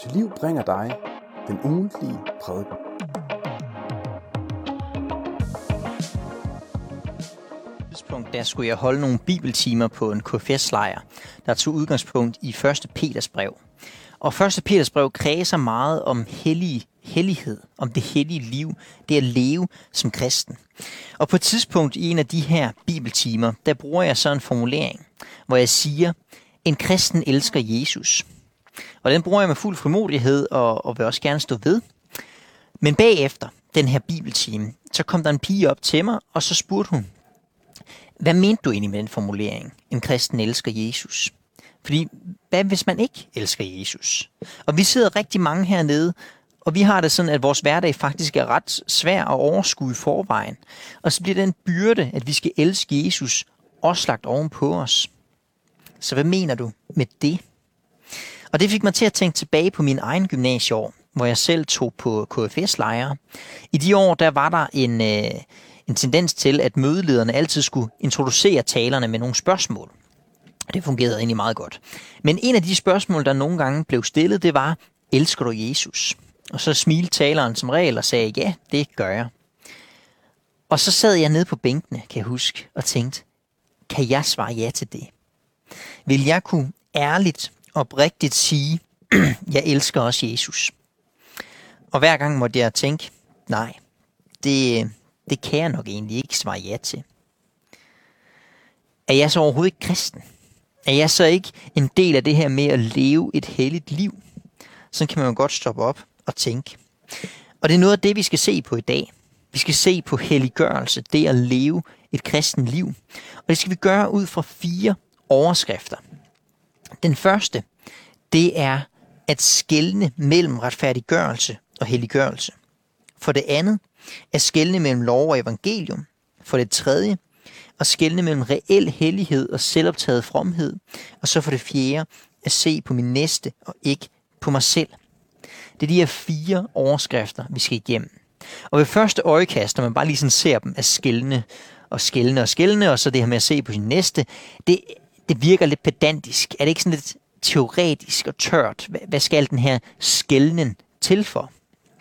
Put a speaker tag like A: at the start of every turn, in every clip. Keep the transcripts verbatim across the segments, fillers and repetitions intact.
A: til Liv bringer dig den ugentlige prædiken.
B: Tidspunkt, der skulle jeg holde nogle bibeltimer på en K F S-lejr, der tog udgangspunkt i første Peters brev. Og første Peters brev kredser meget om hellig, hellighed, om det hellige liv, det at leve som kristen. Og på et tidspunkt i en af de her bibeltimer, der bruger jeg så en formulering, hvor jeg siger, en kristen elsker Jesus. Og den bruger jeg med fuld frimodighed og, og vil også gerne stå ved. Men bagefter den her bibeltime, så kom der en pige op til mig, og så spurgte hun, hvad mente du egentlig med den formulering, en kristen elsker Jesus? Fordi, hvad hvis man ikke elsker Jesus? Og vi sidder rigtig mange hernede, og vi har det sådan, at vores hverdag faktisk er ret svær at overskue i forvejen. Og så bliver den byrde, at vi skal elske Jesus, også lagt oven på os. Så hvad mener du med det? Og det fik mig til at tænke tilbage på min egen gymnasieår, hvor jeg selv tog på K F S-lejre. I de år, der var der en, øh, en tendens til, at mødelederne altid skulle introducere talerne med nogle spørgsmål. Det fungerede egentlig meget godt. Men en af de spørgsmål, der nogle gange blev stillet, det var, elsker du Jesus? Og så smilte taleren som regel og sagde, ja, det gør jeg. Og så sad jeg nede på bænkene, kan jeg huske, og tænkte, kan jeg svare ja til det? Vil jeg kunne ærligt, oprigtigt sige, jeg elsker også Jesus? Og hver gang måtte jeg tænke, nej, det, det kan jeg nok egentlig ikke svare ja til. Er jeg så overhovedet ikke kristen? Er jeg så ikke en del af det her med at leve et helligt liv? Så kan man jo godt stoppe op og tænke. Og det er noget af det, vi skal se på i dag. Vi skal se på helliggørelse, det at leve et kristen liv. Og det skal vi gøre ud fra fire overskrifter. Den første, det er at skelne mellem retfærdiggørelse og helliggørelse. For det andet, at skelne mellem lov og evangelium. For det tredje, at skelne mellem reel hellighed og selvoptaget fromhed. Og så for det fjerde, at se på min næste og ikke på mig selv. Det er de her fire overskrifter, vi skal igennem. Og ved første øjekast, når man bare lige sådan ser dem, at skelne og skelne og skelne, og så det her med at se på sin næste, det, det virker lidt pedantisk. Er det ikke sådan lidt teoretisk og tørt? Hvad skal den her skelnen til for?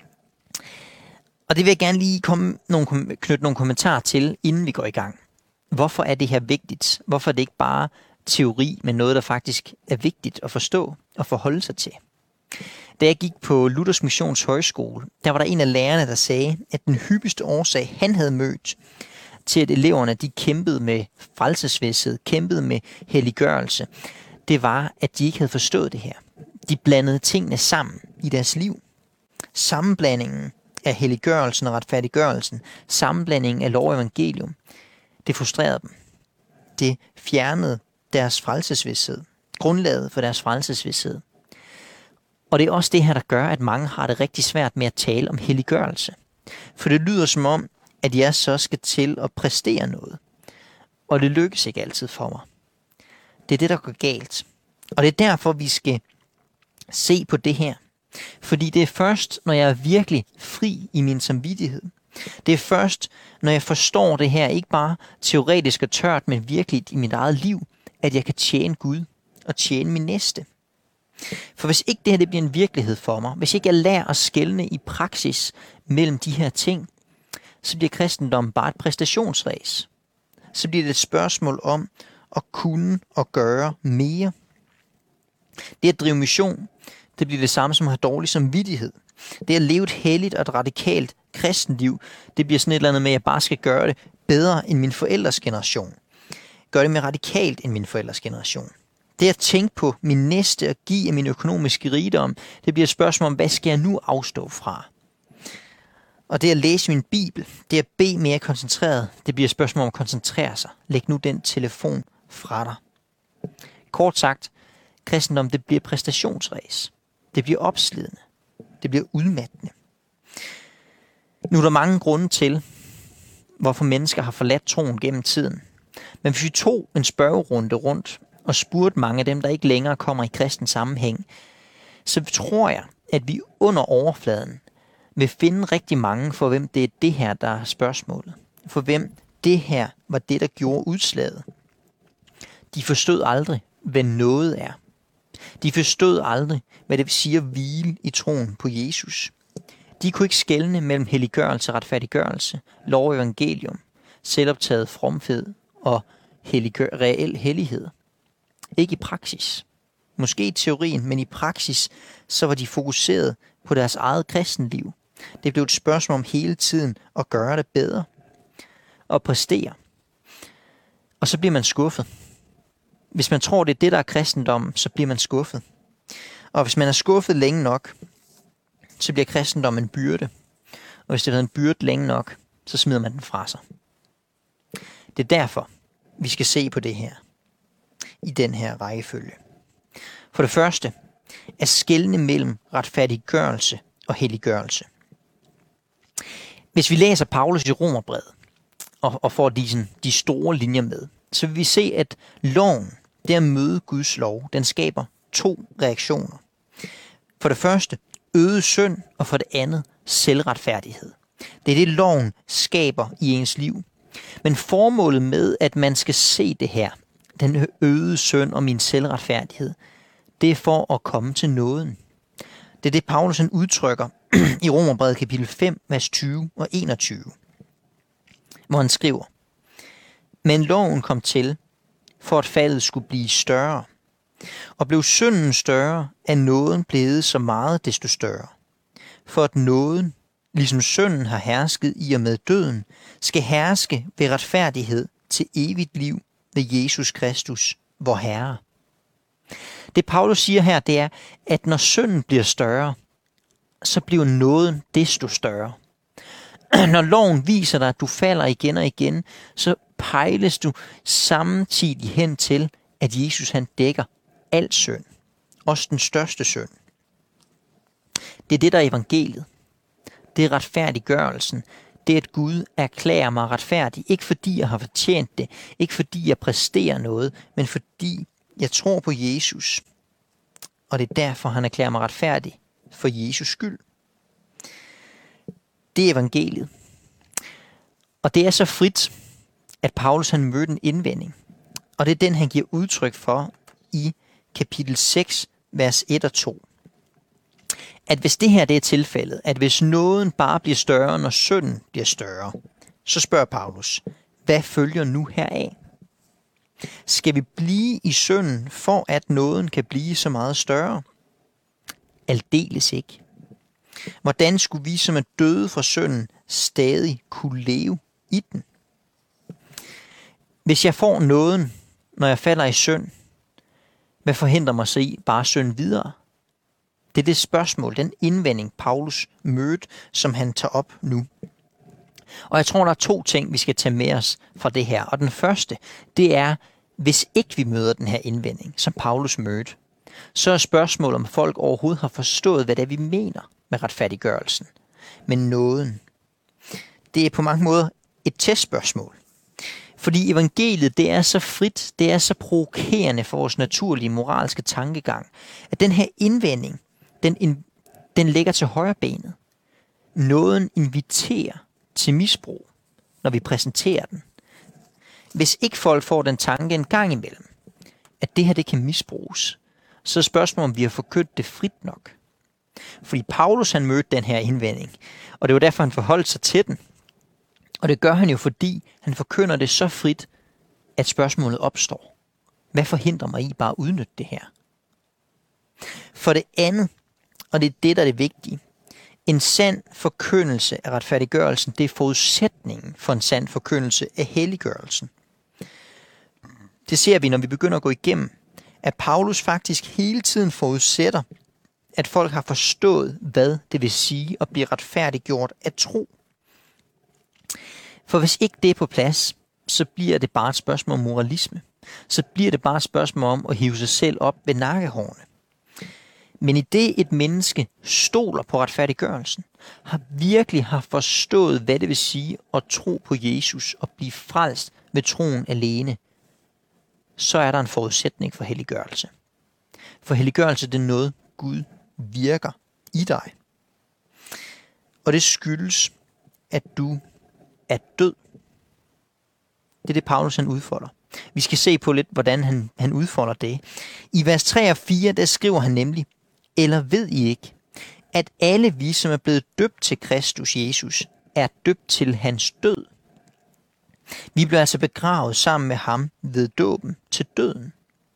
B: Og det vil jeg gerne lige komme nogle, knytte nogle kommentarer til, inden vi går i gang. Hvorfor er det her vigtigt? Hvorfor er det ikke bare teori, men noget, der faktisk er vigtigt at forstå og forholde sig til? Da jeg gik på Luthers Missions Højskole, der var der en af lærerne, der sagde, at den hyppigste årsag, han havde mødt til, at eleverne de kæmpede med frelsesvidsthed, kæmpede med helliggørelse, det var, at de ikke havde forstået det her. De blandede tingene sammen i deres liv. Sammenblandingen af helliggørelsen og retfærdiggørelsen, sammenblandingen af lov og evangelium, det frustrerede dem. Det fjernede deres frelsesvidsthed, grundlaget for deres frelsesvidsthed. Og det er også det her, der gør, at mange har det rigtig svært med at tale om helliggørelse. For det lyder som om, at jeg så skal til at præstere noget. Og det lykkes ikke altid for mig. Det er det, der går galt. Og det er derfor, vi skal se på det her. Fordi det er først, når jeg er virkelig fri i min samvittighed. Det er først, når jeg forstår det her, ikke bare teoretisk og tørt, men virkelig i mit eget liv, at jeg kan tjene Gud og tjene min næste. For hvis ikke det her det bliver en virkelighed for mig, hvis ikke jeg lærer at skelne i praksis mellem de her ting, så bliver kristendom bare et præstationsræs. Så bliver det et spørgsmål om at kunne og gøre mere. Det at drive mission, det bliver det samme som at have dårlig samvittighed. Det at leve et helligt og et radikalt kristenliv, det bliver sådan et eller andet med, at jeg bare skal gøre det bedre end min forældres generation. Gør det mere radikalt end min forældres generation. Det at tænke på min næste og give af min økonomiske rigdom, det bliver et spørgsmål om, hvad skal jeg nu afstå fra? Og det at læse min bibel, det at bede mere koncentreret, det bliver et spørgsmål om at koncentrere sig. Læg nu den telefon fra dig. Kort sagt, kristendom det bliver præstationsræs. Det bliver opslidende. Det bliver udmattende. Nu er der mange grunde til, hvorfor mennesker har forladt troen gennem tiden. Men hvis vi tog en spørgerunde rundt og spurgte mange af dem, der ikke længere kommer i kristen sammenhæng, så tror jeg, at vi under overfladen vil finde rigtig mange, for hvem det er det her, der er spørgsmålet. For hvem det her var det, der gjorde udslaget. De forstod aldrig, hvad noget er. De forstod aldrig, hvad det vil sige at hvile i troen på Jesus. De kunne ikke skelne mellem helliggørelse og retfærdiggørelse, lov og evangelium, selvoptaget fromhed og helliggør, reel hellighed. Ikke i praksis. Måske i teorien, men i praksis, så var de fokuseret på deres eget kristenliv. Det blev et spørgsmål om hele tiden at gøre det bedre og præstere. Og så bliver man skuffet. Hvis man tror, det er det, der er kristendom, så bliver man skuffet. Og hvis man er skuffet længe nok, så bliver kristendom en byrde. Og hvis det er en byrde længe nok, så smider man den fra sig. Det er derfor, vi skal se på det her, i den her rækkefølge. For det første, at skelne mellem retfærdiggørelse og helliggørelse. Hvis vi læser Paulus i Romerbrevet, og, og får de, sådan, de store linjer med, så vil vi se, at loven, det at møde Guds lov, den skaber to reaktioner. For det første, øget synd, og for det andet, selvretfærdighed. Det er det, loven skaber i ens liv. Men formålet med, at man skal se det her, den øgede synd og min selvretfærdighed, det er for at komme til nåden. Det er det, Paulus han udtrykker i Romerbrevet kapitel fem, vers tyve og enogtyve, hvor han skriver: Men loven kom til, for at faldet skulle blive større. Og blev synden større, er nåden blevet så meget desto større. For at nåden, ligesom synden har hersket i og med døden, skal herske ved retfærdighed til evigt liv ved Jesus Kristus, vor Herre. Det Paulus siger her, det er, at når synden bliver større, så bliver nåden desto større. Når loven viser dig, at du falder igen og igen, så pejles du samtidig hen til, at Jesus han dækker al synd. Også den største synd. Det er det, der er evangeliet. Det er retfærdiggørelsen. Det er, at Gud erklærer mig retfærdig. Ikke fordi jeg har fortjent det. Ikke fordi jeg præsterer noget. Men fordi jeg tror på Jesus. Og det er derfor, han erklærer mig retfærdig. For Jesus skyld. Det er evangeliet. Og det er så frit, at Paulus han mødte en indvending. Og det er den, han giver udtryk for i kapitel seks, vers et og to. At hvis det her det er tilfældet, at hvis nåden bare bliver større, når synden bliver større, så spørger Paulus, hvad følger nu heraf? Skal vi blive i synden, for at nåden kan blive så meget større? Aldeles ikke. Hvordan skulle vi, som er døde fra synden, stadig kunne leve i den? Hvis jeg får nåden, når jeg falder i synd, hvad forhindrer mig så i bare synd videre? Det er det spørgsmål, den indvending, Paulus mødte, som han tager op nu. Og jeg tror, der er to ting, vi skal tage med os fra det her. Og den første, det er, hvis ikke vi møder den her indvending, som Paulus mødte, så er spørgsmålet, om folk overhovedet har forstået, hvad det er, vi mener med retfærdiggørelsen. Men nåden, det er på mange måder et testspørgsmål. Fordi evangeliet, det er så frit, det er så provokerende for vores naturlige moralske tankegang, at den her indvending, den, den ligger til højre benet. Nåden inviterer til misbrug, når vi præsenterer den. Hvis ikke folk får den tanke en gang imellem, at det her det kan misbruges, så er spørgsmålet, om vi har forkyndt det frit nok. Fordi Paulus han mødte den her indvending, og det var derfor, han forholdt sig til den. Og det gør han jo, fordi han forkynder det så frit, at spørgsmålet opstår. Hvad forhindrer mig i bare at udnytte det her? For det andet, og det er det, der er det vigtige, en sand forkyndelse af retfærdiggørelsen, det er forudsætningen for en sand forkyndelse af helliggørelsen. Det ser vi, når vi begynder at gå igennem, at Paulus faktisk hele tiden forudsætter, at folk har forstået, hvad det vil sige at blive retfærdiggjort af tro. For hvis ikke det er på plads, så bliver det bare et spørgsmål om moralisme. Så bliver det bare et spørgsmål om at hive sig selv op ved nakkehårene. Men i det et menneske stoler på retfærdiggørelsen, har virkelig har forstået, hvad det vil sige at tro på Jesus og blive frelst ved troen alene, så er der en forudsætning for helliggørelse. For helliggørelse, det er noget, Gud virker i dig. Og det skyldes, at du er død. Det er det, Paulus han udfolder. Vi skal se på lidt, hvordan han, han udfolder det. I vers tre og fire, der skriver han nemlig, eller ved I ikke, at alle vi, som er blevet døbt til Kristus Jesus, er døbt til hans død. Vi blev altså begravet sammen med ham ved dåben til døden.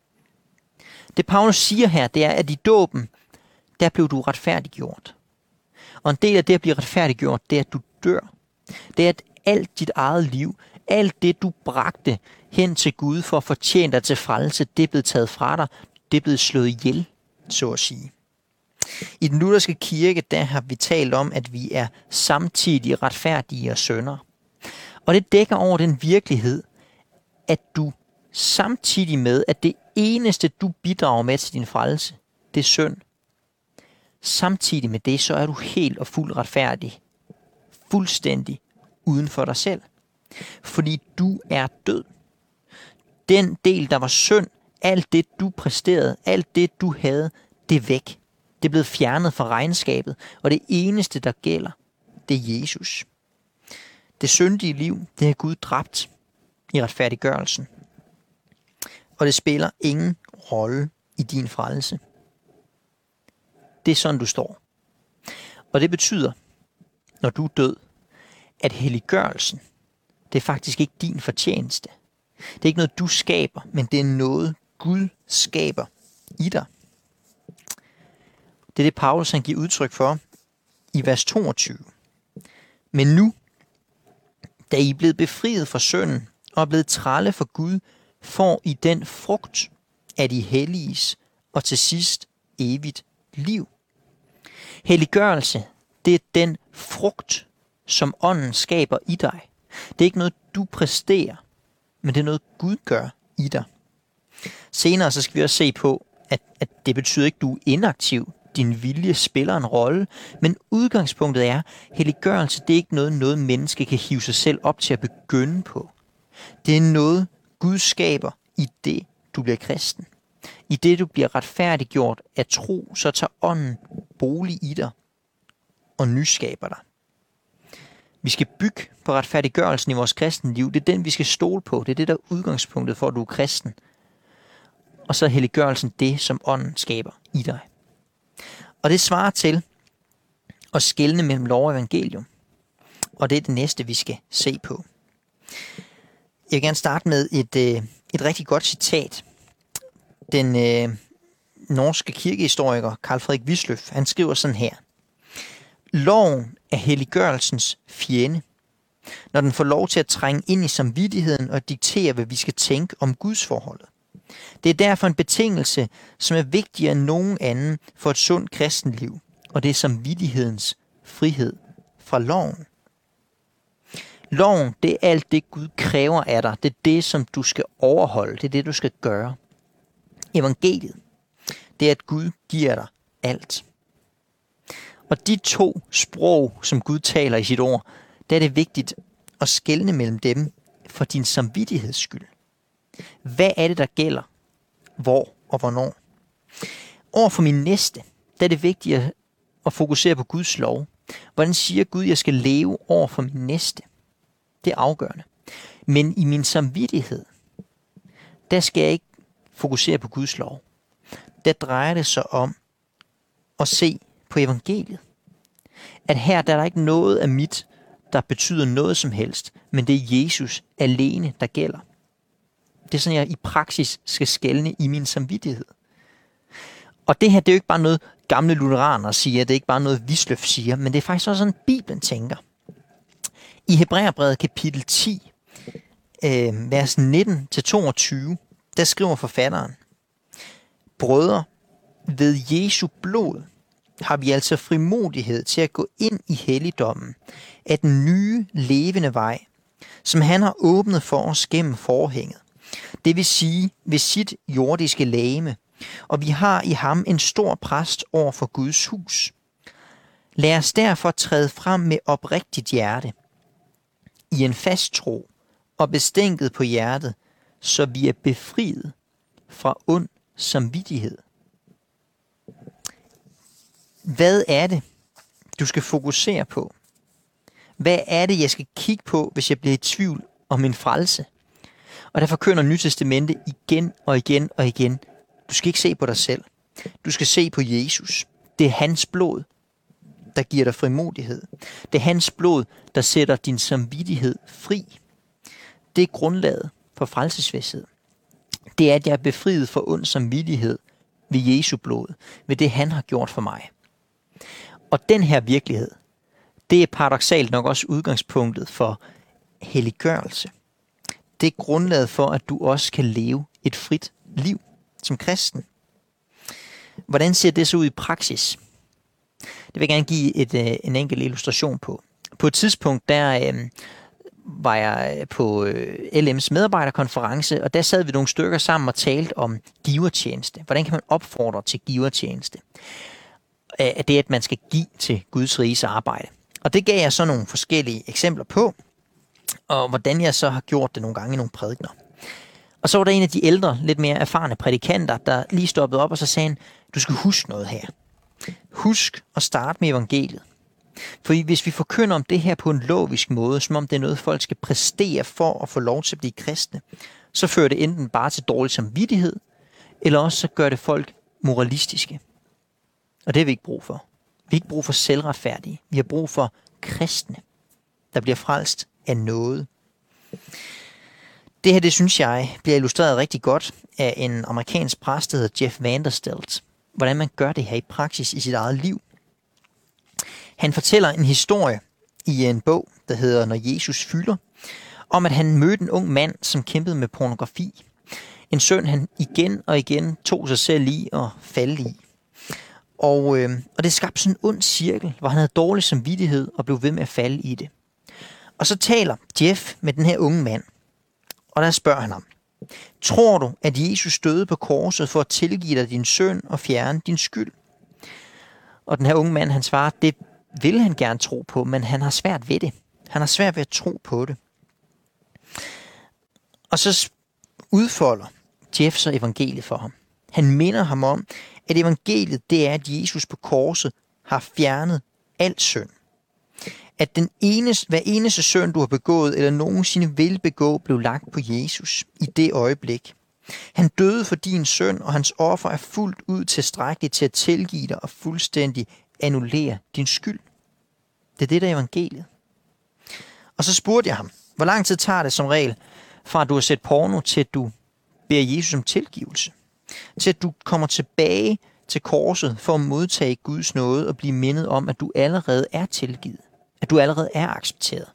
B: Det Paulus siger her, det er, at i dåben, der blev du retfærdiggjort. Og en del af det at blive retfærdiggjort, det er, at du dør. Det er, at alt dit eget liv, alt det du bragte hen til Gud for at fortjene dig til frelse, det er blevet taget fra dig. Det er blevet slået ihjel, så at sige. I den lutherske kirke, der har vi talt om, at vi er samtidig retfærdige og syndere. Og det dækker over den virkelighed, at du samtidig med, at det eneste, du bidrager med til din frelse, det er synd. Samtidig med det, så er du helt og fuldt retfærdig. Fuldstændig uden for dig selv. Fordi du er død. Den del, der var synd, alt det, du præsterede, alt det, du havde, det er væk. Det er blevet fjernet fra regnskabet, og det eneste, der gælder, det er Jesus. Det syndige liv, det har Gud dræbt i retfærdiggørelsen. Og det spiller ingen rolle i din frelse. Det er sådan, du står. Og det betyder, når du er død, at helliggørelsen, det er faktisk ikke din fortjeneste. Det er ikke noget, du skaber, men det er noget, Gud skaber i dig. Det er det, Paulus han giver udtryk for i vers toogtyve. Men nu, da I er blevet befriet fra synden og er blevet trælle for Gud, får I den frugt af de helliges og til sidst evigt liv. Helliggørelse, det er den frugt, som ånden skaber i dig. Det er ikke noget, du præsterer, men det er noget, Gud gør i dig. Senere så skal vi også se på, at, at det betyder ikke, at du er inaktiv. Din vilje spiller en rolle, men udgangspunktet er, helliggørelse, det er ikke noget, noget menneske kan hive sig selv op til at begynde på. Det er noget, Gud skaber i det, du bliver kristen. I det, du bliver retfærdiggjort af tro, så tager ånden bolig i dig og nyskaber dig. Vi skal bygge på retfærdiggørelsen i vores kristenliv. Det er den, vi skal stole på. Det er det, der er udgangspunktet for, at du er kristen. Og så er helliggørelsen det, som ånden skaber i dig. Og det svarer til at skelne mellem lov og evangelium. Og det er det næste, vi skal se på. Jeg vil gerne starte med et, et rigtig godt citat. Den øh, norske kirkehistoriker Carl Frederik Wisløff, han skriver sådan her. Loven er helliggørelsens fjende, når den får lov til at trænge ind i samvittigheden og diktere, hvad vi skal tænke om Guds forholdet. Det er derfor en betingelse, som er vigtigere end nogen anden for et sundt kristenliv, og det er samvittighedens frihed fra loven. Loven, det er alt det, Gud kræver af dig. Det er det, som du skal overholde. Det er det, du skal gøre. Evangeliet, det er, at Gud giver dig alt. Og de to sprog, som Gud taler i sit ord, der er det vigtigt at skelne mellem dem for din samvittigheds skyld. Hvad er det, der gælder? Hvor og hvornår? Over for min næste, der er det vigtigt at fokusere på Guds lov. Hvordan siger Gud, at jeg skal leve over for min næste? Det er afgørende. Men i min samvittighed, der skal jeg ikke fokusere på Guds lov. Der drejer det sig om at se på evangeliet. At her der er der ikke noget af mit, der betyder noget som helst, men det er Jesus alene, der gælder. Det er sådan, jeg i praksis skal skelne i min samvittighed. Og det her, det er jo ikke bare noget, gamle lutheranere siger, det er ikke bare noget, Wisløff siger, men det er faktisk også sådan, Bibelen tænker. I Hebræerbrevet kapitel ti, øh, vers nitten til toogtyve, der skriver forfatteren, brødre, ved Jesu blod har vi altså frimodighed til at gå ind i helligdommen af den nye levende vej, som han har åbnet for os gennem forhænget. Det vil sige ved sit jordiske legeme, og vi har i ham en stor præst over for Guds hus. Lad os derfor træde frem med oprigtigt hjerte, i en fast tro og bestænket på hjertet, så vi er befriet fra ond samvittighed. Hvad er det, du skal fokusere på? Hvad er det, jeg skal kigge på, hvis jeg bliver i tvivl om min frelse? Og der forkynder Nye Testamente igen og igen og igen. Du skal ikke se på dig selv. Du skal se på Jesus. Det er hans blod, der giver dig frimodighed. Det er hans blod, der sætter din samvittighed fri. Det er grundlaget for frelsesvidshed. Det er, at jeg er befriet for ond samvittighed ved Jesu blod, ved det han har gjort for mig. Og den her virkelighed, det er paradoksalt nok også udgangspunktet for helliggørelse. Det er grundlaget for, at du også kan leve et frit liv som kristen. Hvordan ser det så ud i praksis? Det vil jeg gerne give et, en enkelt illustration på. På et tidspunkt, der øh, var jeg på øh, L M's medarbejderkonference, og der sad vi nogle stykker sammen og talte om givertjeneste. Hvordan kan man opfordre til givertjeneste? Øh, det er, at man skal give til Guds riges arbejde. Og det gav jeg så nogle forskellige eksempler på, og hvordan jeg så har gjort det nogle gange i nogle prædikener. Og så var der en af de ældre, lidt mere erfarne prædikanter, der lige stoppede op og så sagde han, du skal huske noget her. Husk at starte med evangeliet. For hvis vi forkynder om det her på en logisk måde, som om det er noget, folk skal præstere for at få lov til at blive kristne, så fører det enten bare til dårlig samvittighed, eller også så gør det folk moralistiske. Og det har vi ikke brug for. Vi har ikke brug for selvretfærdige. Vi har brug for kristne, der bliver frelst af noget. Det her, det synes jeg, bliver illustreret rigtig godt af en amerikansk præst, der hedder Jeff Vanderstelt. Hvordan man gør det her i praksis i sit eget liv. Han fortæller en historie i en bog, der hedder Når Jesus fylder, om at han mødte en ung mand, som kæmpede med pornografi. En søn, han igen og igen tog sig selv i og faldt i. Og, øh, og det skabte sådan en ond cirkel, hvor han havde dårlig samvittighed og blev ved med at falde i det. Og så taler Jeff med den her unge mand, og der spørger han ham, tror du, at Jesus døde på korset for at tilgive dig din synd og fjerne din skyld? Og den her unge mand, han svarer, det vil han gerne tro på, men han har svært ved det. Han har svært ved at tro på det. Og så udfolder Jeff så evangeliet for ham. Han minder ham om, at evangeliet, det er, at Jesus på korset har fjernet al synd. At den eneste, hver eneste synd, du har begået, eller nogensinde vil begå, blev lagt på Jesus i det øjeblik. Han døde for din synd, og hans offer er fuldt ud tilstrækkeligt til at tilgive dig og fuldstændig annullere din skyld. Det er det, der er evangeliet. Og så spurgte jeg ham, hvor lang tid tager det som regel, fra at du har set porno, til at du beder Jesus om tilgivelse? Til at du kommer tilbage til korset for at modtage Guds nåde og blive mindet om, at du allerede er tilgivet. At du allerede er accepteret.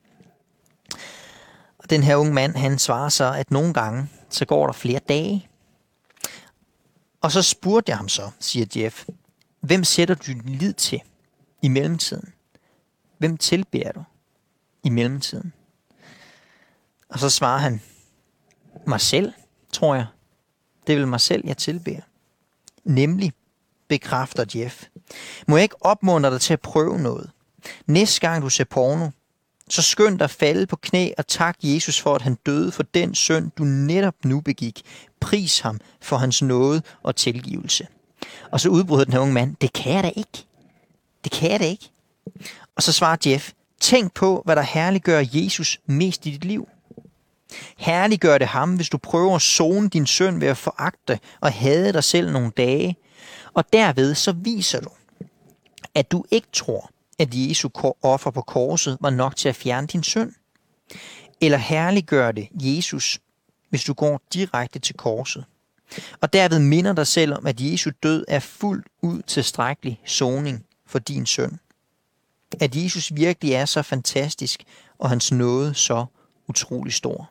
B: Og den her unge mand, han svarer så, at nogle gange, så går der flere dage. Og så spurgte jeg ham så, siger Jeff, hvem sætter du din lid til i mellemtiden? Hvem tilbeder du i mellemtiden? Og så svarer han, mig selv, tror jeg. Det er vel mig selv, jeg tilbeder. Nemlig, bekræfter Jeff. Må jeg ikke opmuntre dig til at prøve noget? Næste gang du ser porno, så skynd dig at falde på knæ og tak Jesus for, at han døde for den synd, du netop nu begik. Pris ham for hans nåde og tilgivelse. Og så udbryder den her unge mand, det kan jeg da ikke. Det kan jeg da ikke. Og så svarer Jeff, tænk på, hvad der herliggør Jesus mest i dit liv. Herliggør det ham, hvis du prøver at zone din synd ved at foragte og hade dig selv nogle dage. Og derved så viser du, at du ikke tror, at Jesu offer på korset var nok til at fjerne din synd. Eller herliggør det Jesus, hvis du går direkte til korset. Og derved minder dig selv om, at Jesu død er fuldt ud tilstrækkelig soning for din synd. At Jesus virkelig er så fantastisk, og hans nåde så utrolig stor.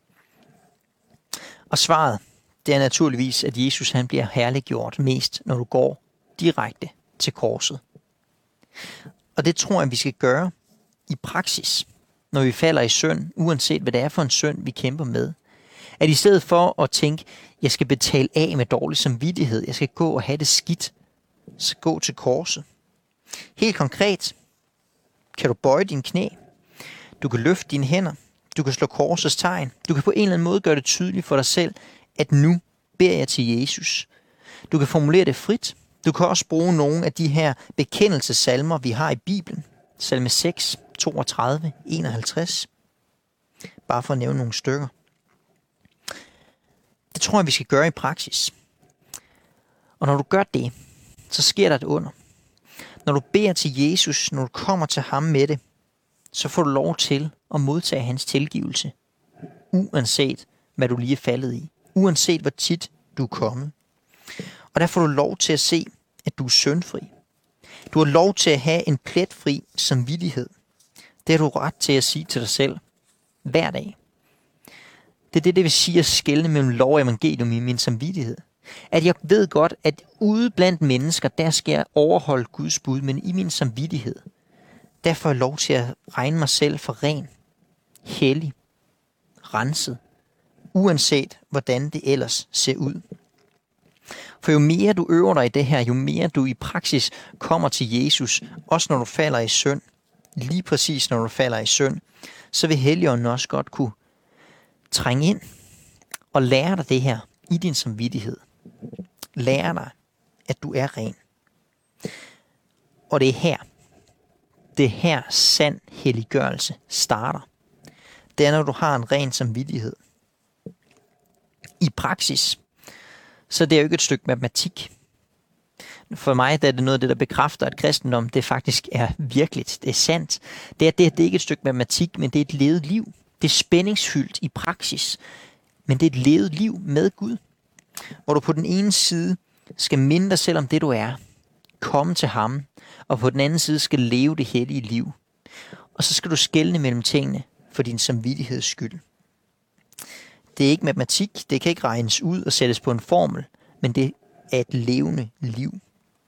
B: Og svaret, det er naturligvis, at Jesus han bliver herliggjort mest, når du går direkte til korset. Og det tror jeg, vi skal gøre i praksis, når vi falder i synd, uanset hvad det er for en synd, vi kæmper med. At i stedet for at tænke, jeg skal betale af med dårlig samvittighed, jeg skal gå og have det skidt, så gå til korset. Helt konkret kan du bøje dine knæ, du kan løfte dine hænder, du kan slå korsets tegn, du kan på en eller anden måde gøre det tydeligt for dig selv, at nu beder jeg til Jesus. Du kan formulere det frit. Du kan også bruge nogle af de her bekendelsessalmer, vi har i Bibelen. Salme seks, toogtredive, enoghalvtreds. Bare for at nævne nogle stykker. Det tror jeg, vi skal gøre i praksis. Og når du gør det, så sker der et under. Når du beder til Jesus, når du kommer til ham med det, så får du lov til at modtage hans tilgivelse, uanset hvad du lige er faldet i, uanset hvor tit du er kommet. Og der får du lov til at se, at du er syndfri. Du har lov til at have en pletfri samvittighed. Det har du ret til at sige til dig selv hver dag. Det er det, det vil sige at skelne mellem lov og evangelium i min samvittighed. At jeg ved godt, at ude blandt mennesker, der skal jeg overholde Guds bud, men i min samvittighed, der får jeg lov til at regne mig selv for ren, hellig, renset, uanset hvordan det ellers ser ud. For jo mere du øver dig i det her, jo mere du i praksis kommer til Jesus, også når du falder i synd, lige præcis når du falder i synd, så vil Helligånden også godt kunne trænge ind og lære dig det her i din samvittighed. Lære dig, at du er ren. Og det er her, det er her sand helliggørelse starter. Det er, når du har en ren samvittighed. I praksis, så det er jo ikke et stykke matematik. For mig der er det noget af det, der bekræfter, at kristendom det faktisk er virkeligt. Det er sandt. Det er, det er, det er ikke et stykke matematik, men det er et levet liv. Det er spændingsfyldt i praksis, men det er et levet liv med Gud. Hvor du på den ene side skal minde dig selv om det, du er. Komme til ham. Og på den anden side skal leve det hellige liv. Og så skal du skelne mellem tingene for din samvittigheds skyld. Det er ikke matematik, det kan ikke regnes ud og sættes på en formel, men det er et levende liv.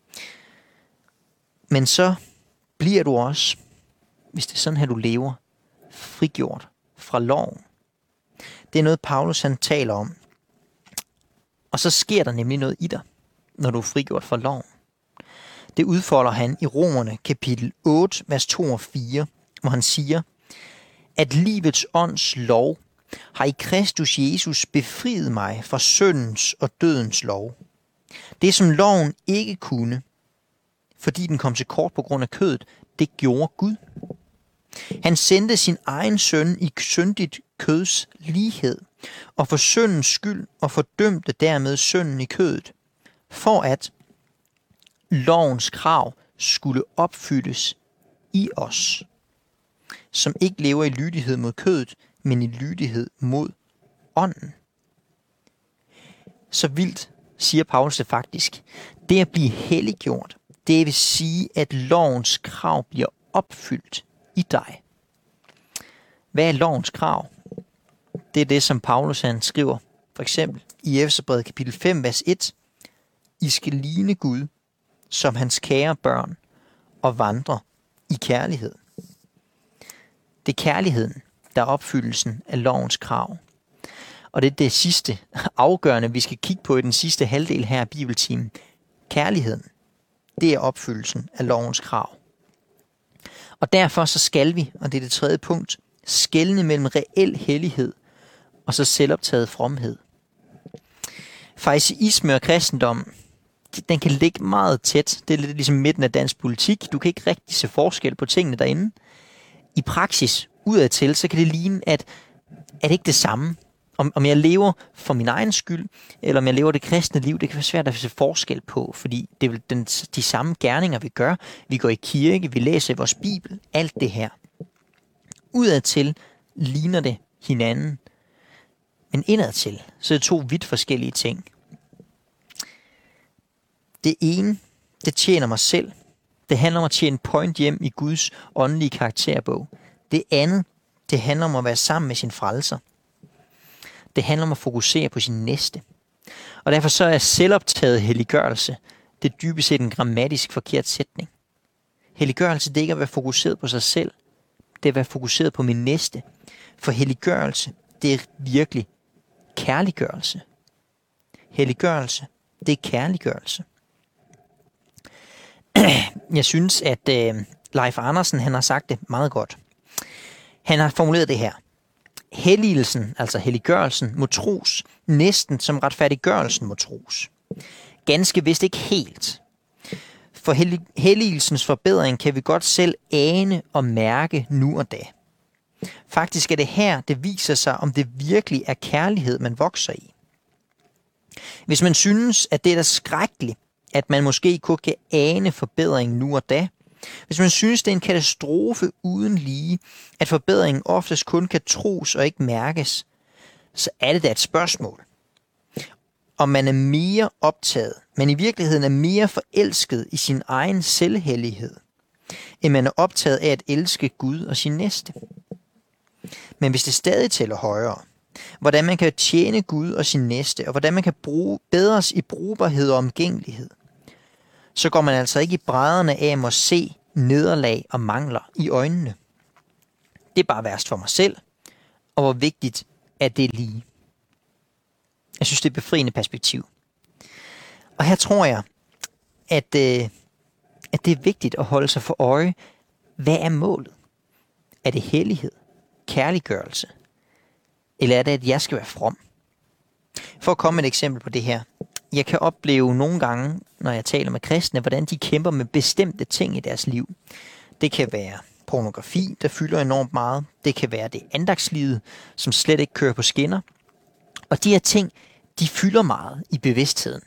B: Men så bliver du også, hvis det er sådan her du lever, frigjort fra loven. Det er noget Paulus han taler om. Og så sker der nemlig noget i dig, når du er frigjort fra loven. Det udfolder han i Romerne kapitel otte, vers to og fire, hvor han siger, at livets ånds lov har i Kristus Jesus befriet mig fra syndens og dødens lov. Det som loven ikke kunne, fordi den kom til kort på grund af kødet, det gjorde Gud. Han sendte sin egen søn i syndigt køds lighed, og for syndens skyld og fordømte dermed synden i kødet, for at lovens krav skulle opfyldes i os, som ikke lever i lydighed mod kødet, men i lydighed mod ånden. Så vildt, siger Paulus det faktisk. Det at blive helliggjort, det vil sige, at lovens krav bliver opfyldt i dig. Hvad er lovens krav? Det er det, som Paulus han skriver, for eksempel i Efeserbrevet kapitel fem, vers et. I skal ligne Gud som hans kære børn og vandre i kærlighed. Det er kærligheden, der er opfyldelsen af lovens krav. Og det er det sidste afgørende, vi skal kigge på i den sidste halvdel her af bibeltimen. Kærligheden, det er opfyldelsen af lovens krav. Og derfor så skal vi, og det er det tredje punkt, skelne mellem reel hellighed og så selvoptaget fromhed. Fariseisme og kristendom, den kan ligge meget tæt. Det er lidt ligesom midten af dansk politik. Du kan ikke rigtig se forskel på tingene derinde. I praksis, udadtil, så kan det ligne, at, at det ikke er det samme. Om, om jeg lever for min egen skyld, eller om jeg lever det kristne liv, det kan være svært at se forskel på, fordi det er vel den, de samme gerninger, vi gør. Vi går i kirke, vi læser vores bibel, alt det her. Udadtil ligner det hinanden, men indadtil, så er det to vidt forskellige ting. Det ene, det tjener mig selv. Det handler om at tjene point hjem i Guds åndelige karakterbog. Det andet, det handler om at være sammen med sin frelser. Det handler om at fokusere på sin næste. Og derfor så er selvoptaget helliggørelse det dybest set en grammatisk forkert sætning. Helliggørelse, det er ikke at være fokuseret på sig selv. Det er at være fokuseret på min næste. For helliggørelse, det er virkelig kærliggørelse. Helliggørelse, det er kærliggørelse. Jeg synes, at øh, Leif Andersen han har sagt det meget godt. Han har formuleret det her. Helligelsen, altså helliggørelsen, må tros næsten som retfærdiggørelsen må tros. Ganske vist ikke helt. For helligelsens forbedring kan vi godt selv ane og mærke nu og da. Faktisk er det her, det viser sig, om det virkelig er kærlighed, man vokser i. Hvis man synes, at det er da skrækkeligt, at man måske kun kan ane forbedring nu og da, hvis man synes, det er en katastrofe uden lige, at forbedringen oftest kun kan tros og ikke mærkes, så er det da et spørgsmål. Om man er mere optaget, men i virkeligheden er mere forelsket i sin egen selvhellighed, end man er optaget af at elske Gud og sin næste. Men hvis det stadig tæller højere, hvordan man kan tjene Gud og sin næste, og hvordan man kan bruge bedres i brugbarhed og omgængelighed, så går man altså ikke i brædderne af at må se nederlag og mangler i øjnene. Det er bare værst for mig selv, og hvor vigtigt er det lige. Jeg synes, det er et befriende perspektiv. Og her tror jeg, at, øh, at det er vigtigt at holde sig for øje, hvad er målet? Er det hellighed, kærliggørelse, eller er det, at jeg skal være from? For at komme med et eksempel på det her. Jeg kan opleve nogle gange, når jeg taler med kristne, hvordan de kæmper med bestemte ting i deres liv. Det kan være pornografi, der fylder enormt meget. Det kan være det andagslivet, som slet ikke kører på skinner. Og de her ting, de fylder meget i bevidstheden.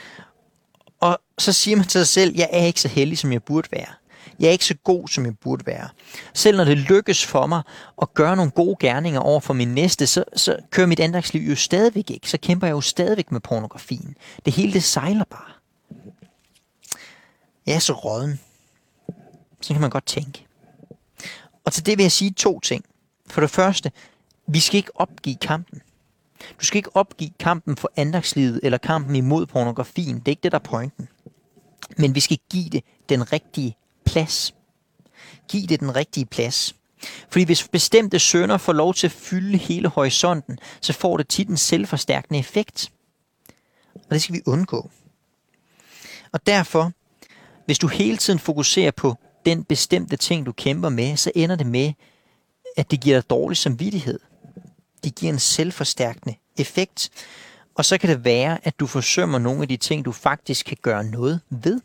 B: Og så siger man til sig selv, jeg er ikke så heldig, som jeg burde være. Jeg er ikke så god, som jeg burde være. Selv når det lykkes for mig at gøre nogle gode gerninger over for min næste, så, så kører mit andagsliv jo stadigvæk ikke. Så kæmper jeg jo stadigvæk med pornografien. Det hele, det sejler bare. Jeg er så rådden. Så kan man godt tænke. Og til det vil jeg sige to ting. For det første, vi skal ikke opgive kampen. Du skal ikke opgive kampen for andagslivet eller kampen imod pornografien. Det er ikke det, der er pointen. Men vi skal give det den rigtige plads. Giv det den rigtige plads. Fordi hvis bestemte synder får lov til at fylde hele horisonten, så får det tit en selvforstærkende effekt. Og det skal vi undgå. Og derfor, hvis du hele tiden fokuserer på den bestemte ting, du kæmper med, så ender det med, at det giver dig dårlig samvittighed. Det giver en selvforstærkende effekt. Og så kan det være, at du forsømmer nogle af de ting, du faktisk kan gøre noget ved.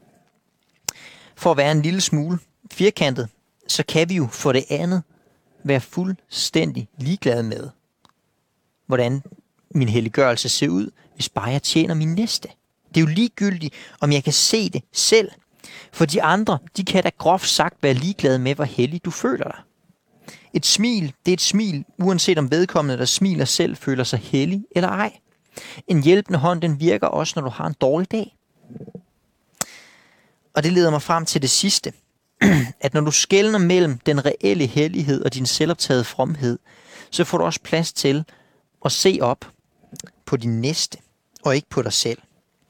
B: For at være en lille smule firkantet, så kan vi jo for det andet være fuldstændig ligeglade med, hvordan min helliggørelse ser ud, hvis bare jeg tjener min næste. Det er jo ligegyldigt, om jeg kan se det selv. For de andre, de kan da groft sagt være ligeglade med, hvor hellig du føler dig. Et smil, det er et smil, uanset om vedkommende, der smiler selv, føler sig hellig eller ej. En hjælpende hånd, den virker også, når du har en dårlig dag. Og det leder mig frem til det sidste. At når du skelner mellem den reelle hellighed og din selvoptagede fromhed, så får du også plads til at se op på din næste, og ikke på dig selv.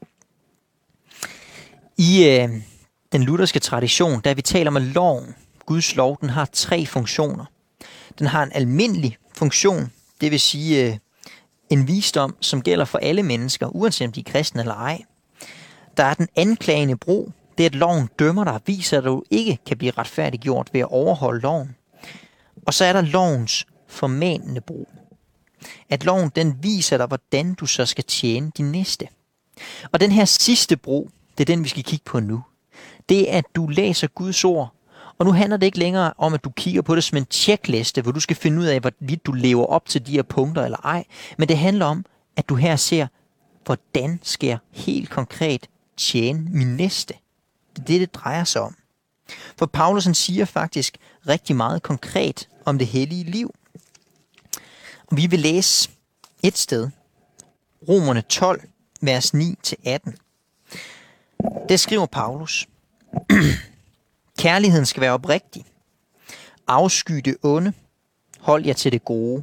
B: I øh, den lutherske tradition, der vi taler om loven, Guds lov, den har tre funktioner. Den har en almindelig funktion, det vil sige øh, en visdom, som gælder for alle mennesker, uanset om de er kristne eller ej. Der er den anklagende brug, det er, at loven dømmer dig, viser, at du ikke kan blive retfærdiggjort ved at overholde loven. Og så er der lovens formanende brug. At loven, den viser dig, hvordan du så skal tjene din næste. Og den her sidste brug, det er den, vi skal kigge på nu. Det er, at du læser Guds ord. Og nu handler det ikke længere om, at du kigger på det som en tjekliste, hvor du skal finde ud af, hvorvidt du lever op til de her punkter eller ej. Men det handler om, at du her ser, hvordan skal jeg helt konkret tjene min næste. Det er det, det drejer sig om. For Paulus han siger faktisk rigtig meget konkret om det hellige liv. Og vi vil læse et sted, Romerne tolv, vers ni til atten. Der skriver Paulus, kærligheden skal være oprigtig. Afsky det onde. Hold jer til det gode.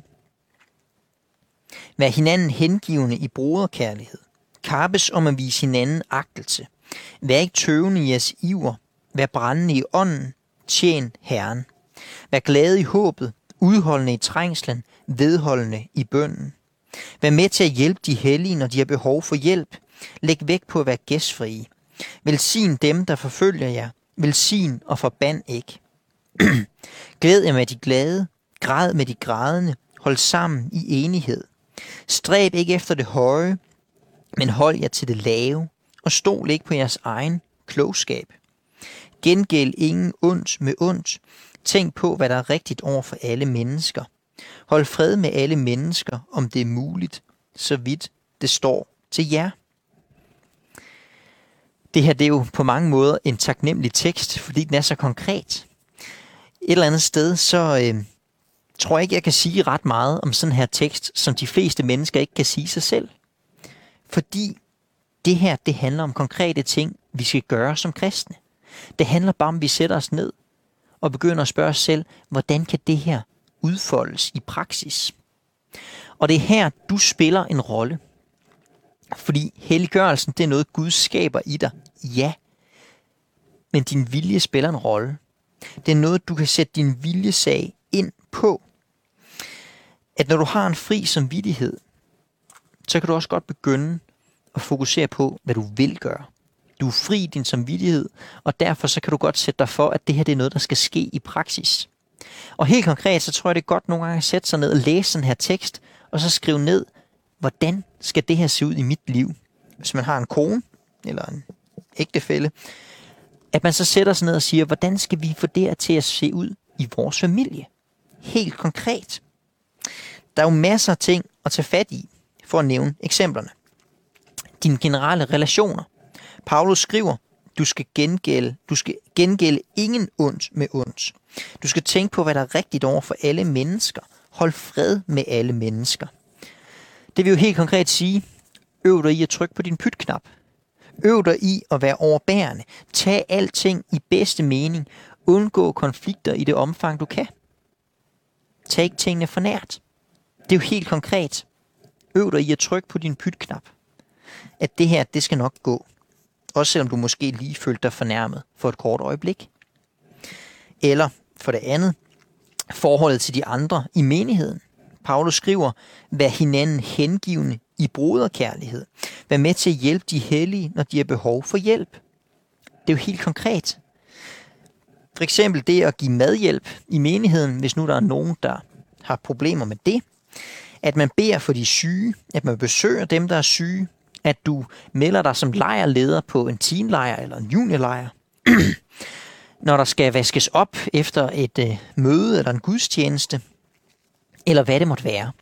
B: Vær hinanden hengivende i broderkærlighed. Kappes om at vise hinanden agtelse. Vær ikke tøvende i jeres iver. Vær brændende i ånden. Tjen Herren. Vær glade i håbet. Udholdende i trængslen. Vedholdende i bønnen. Vær med til at hjælpe de hellige, når de har behov for hjælp. Læg vægt på at være gæstfrie. Velsign dem, der forfølger jer. Velsign og forband ikke. Glæd jer med de glade. Græd med de grædende. Hold sammen i enighed. Stræb ikke efter det høje, men hold jer til det lave. Og stol ikke på jeres egen klogskab. Gengæld ingen ondt med ondt. Tænk på, hvad der er rigtigt over for alle mennesker. Hold fred med alle mennesker, om det er muligt, så vidt det står til jer. Det her det er jo på mange måder en taknemmelig tekst, fordi den er så konkret. Et eller andet sted, så øh, tror jeg ikke, jeg kan sige ret meget om sådan her tekst, som de fleste mennesker ikke kan sige sig selv. Fordi det her, det handler om konkrete ting, vi skal gøre som kristne. Det handler bare om, at vi sætter os ned og begynder at spørge os selv, hvordan kan det her udfoldes i praksis? Og det er her, du spiller en rolle. Fordi helliggørelsen, det er noget, Gud skaber i dig. Ja. Men din vilje spiller en rolle. Det er noget, du kan sætte din viljesag ind på. At når du har en fri samvittighed, så kan du også godt begynde at fokusere på, hvad du vil gøre. Du er fri i din samvittighed, og derfor så kan du godt sætte dig for, at det her det er noget, der skal ske i praksis. Og helt konkret, så tror jeg, det er godt nogle gange at sætte sig ned og læse sådan her tekst, og så skrive ned, hvordan skal det her se ud i mit liv? Hvis man har en kone, eller en ægtefælle, at man så sætter sig ned og siger, hvordan skal vi få det her til at se ud i vores familie? Helt konkret. Der er jo masser af ting at tage fat i, for at nævne eksemplerne. Dine generelle relationer. Paulus skriver, du skal gengælde, du skal gengælde ingen ondt med ondt. Du skal tænke på, hvad der er rigtigt over for alle mennesker. Hold fred med alle mennesker. Det vil jo helt konkret sige, øv dig i at trykke på din pytknap. Øv dig i at være overbærende. Tag alting i bedste mening. Undgå konflikter i det omfang, du kan. Tag ikke tingene for nært. Det er jo helt konkret. Øv dig i at trykke på din pytknap. At det her, det skal nok gå. Også selvom du måske lige følte dig fornærmet for et kort øjeblik. Eller for det andet, forholdet til de andre i menigheden. Paulus skriver, vær hinanden hengivende i broderkærlighed. Vær med til at hjælpe de hellige, når de har behov for hjælp. Det er jo helt konkret. For eksempel det at give madhjælp i menigheden, hvis nu der er nogen, der har problemer med det. At man beder for de syge, at man besøger dem, der er syge. At du melder dig som lejrleder på en teenlejr eller en juniorlejr. Når der skal vaskes op efter et øh, møde eller en gudstjeneste. Eller hvad det måtte være.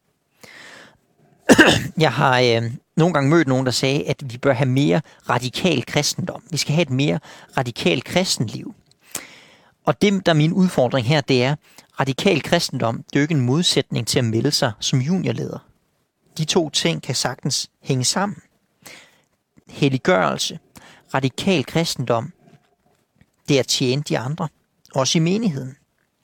B: Jeg har øh, nogle gange mødt nogen, der sagde, at vi bør have mere radikal kristendom. Vi skal have et mere radikalt kristenliv. Og det, der er min udfordring her, det er, radikal kristendom, det er jo ikke en modsætning til at melde sig som juniorleder. De to ting kan sagtens hænge sammen. Helliggørelse, radikal kristendom, det er at tjene de andre, også i menigheden.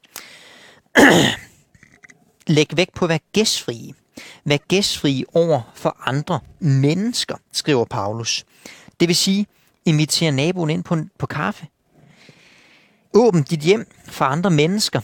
B: Læg vægt på at være gæstfrie. Vær gæstfrie over for andre mennesker, skriver Paulus. Det vil sige, invitere naboen ind på, på kaffe. Åbn dit hjem for andre mennesker.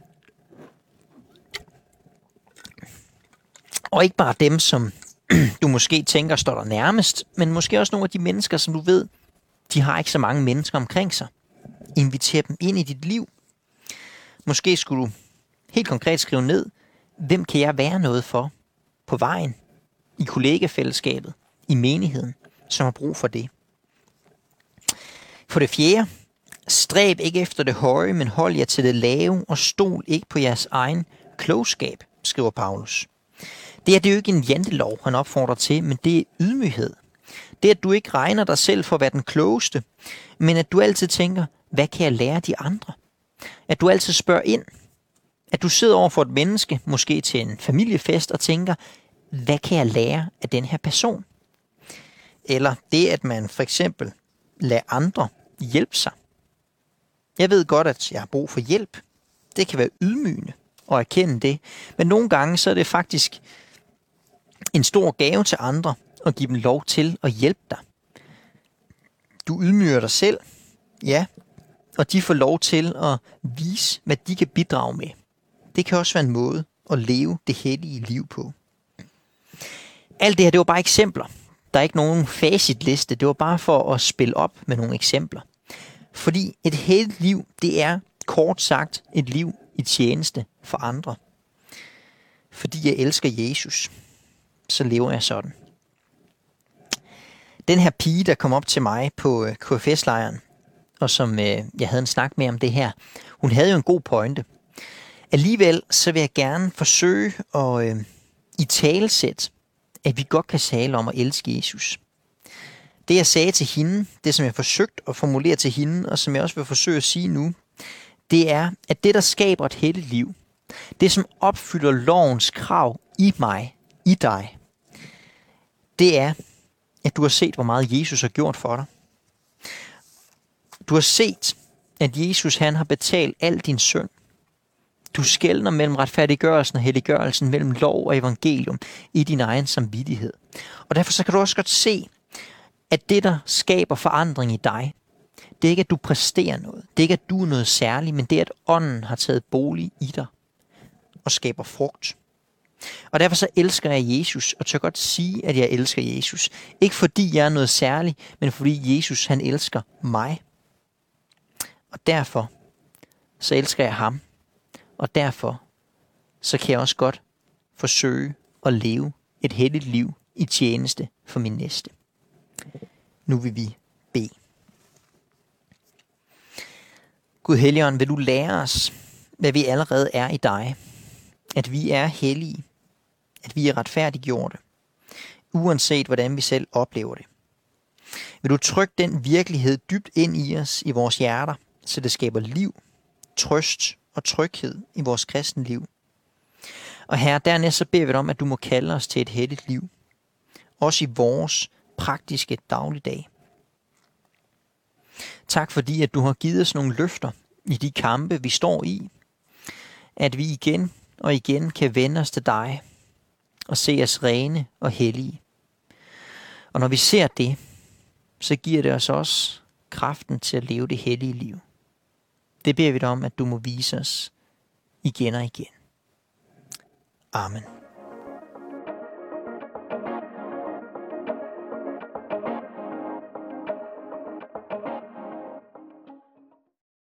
B: Og ikke bare dem, som du måske tænker står der nærmest, men måske også nogle af de mennesker, som du ved, de har ikke så mange mennesker omkring sig. Inviter dem ind i dit liv. Måske skulle du helt konkret skrive ned, hvem kan jeg være noget for på vejen, i kollegafællesskabet, i menigheden, som har brug for det. For det fjerde, stræb ikke efter det høje, men hold jer til det lave, og stol ikke på jeres egen klogskab, skriver Paulus. Det er det jo ikke en jantelov, han opfordrer til, men det er ydmyghed. Det er, at du ikke regner dig selv for at være den klogeste, men at du altid tænker, hvad kan jeg lære de andre? At du altid spørger ind. At du sidder over for et menneske, måske til en familiefest, og tænker, hvad kan jeg lære af den her person? Eller det, at man for eksempel lader andre hjælpe sig. Jeg ved godt, at jeg har brug for hjælp. Det kan være ydmygende at erkende det. Men nogle gange så er det faktisk en stor gave til andre at give dem lov til at hjælpe dig. Du ydmyger dig selv, ja, og de får lov til at vise, hvad de kan bidrage med. Det kan også være en måde at leve det hellige liv på. Alt det her, det var bare eksempler. Der er ikke nogen facitliste. Det var bare for at spille op med nogle eksempler. Fordi et helligt liv, det er kort sagt et liv i tjeneste for andre. Fordi jeg elsker Jesus, så lever jeg sådan. Den her pige, der kom op til mig på K F S-lejren, og som øh, jeg havde en snak med om det her, hun havde jo en god pointe. Alligevel så vil jeg gerne forsøge at øh, italesætte, at vi godt kan tale om at elske Jesus. Det jeg sagde til hende, det som jeg forsøgte at formulere til hende, og som jeg også vil forsøge at sige nu, det er, at det der skaber et helligt liv, det som opfylder lovens krav i mig, i dig, det er, at du har set, hvor meget Jesus har gjort for dig. Du har set, at Jesus han har betalt al din synd. Du skelner mellem retfærdiggørelsen og helliggørelsen, mellem lov og evangelium i din egen samvittighed. Og derfor så kan du også godt se, at det, der skaber forandring i dig, det er ikke, at du præsterer noget. Det er ikke, at du er noget særligt, men det er, at ånden har taget bolig i dig og skaber frugt. Og derfor så elsker jeg Jesus, og tør godt sige, at jeg elsker Jesus. Ikke fordi jeg er noget særligt, men fordi Jesus han elsker mig. Og derfor så elsker jeg ham. Og derfor så kan jeg også godt forsøge at leve et helligt liv i tjeneste for min næste. Nu vil vi bede. Gud Helligånd, vil du lære os, hvad vi allerede er i dig? At vi er hellige. At vi er retfærdiggjorte. Uanset hvordan vi selv oplever det. Vil du trykke den virkelighed dybt ind i os, i vores hjerter, så det skaber liv, trøst og tryghed i vores kristenliv. Og Herre, dernæst så beder vi dig om, at du må kalde os til et helligt liv. Også i vores praktiske dagligdag. Tak fordi, at du har givet os nogle løfter i de kampe, vi står i. At vi igen og igen kan vende os til dig og se os rene og hellige. Og når vi ser det, så giver det os også kraften til at leve det hellige liv. Det beder vi dig om, at du må vise os igen og igen. Amen.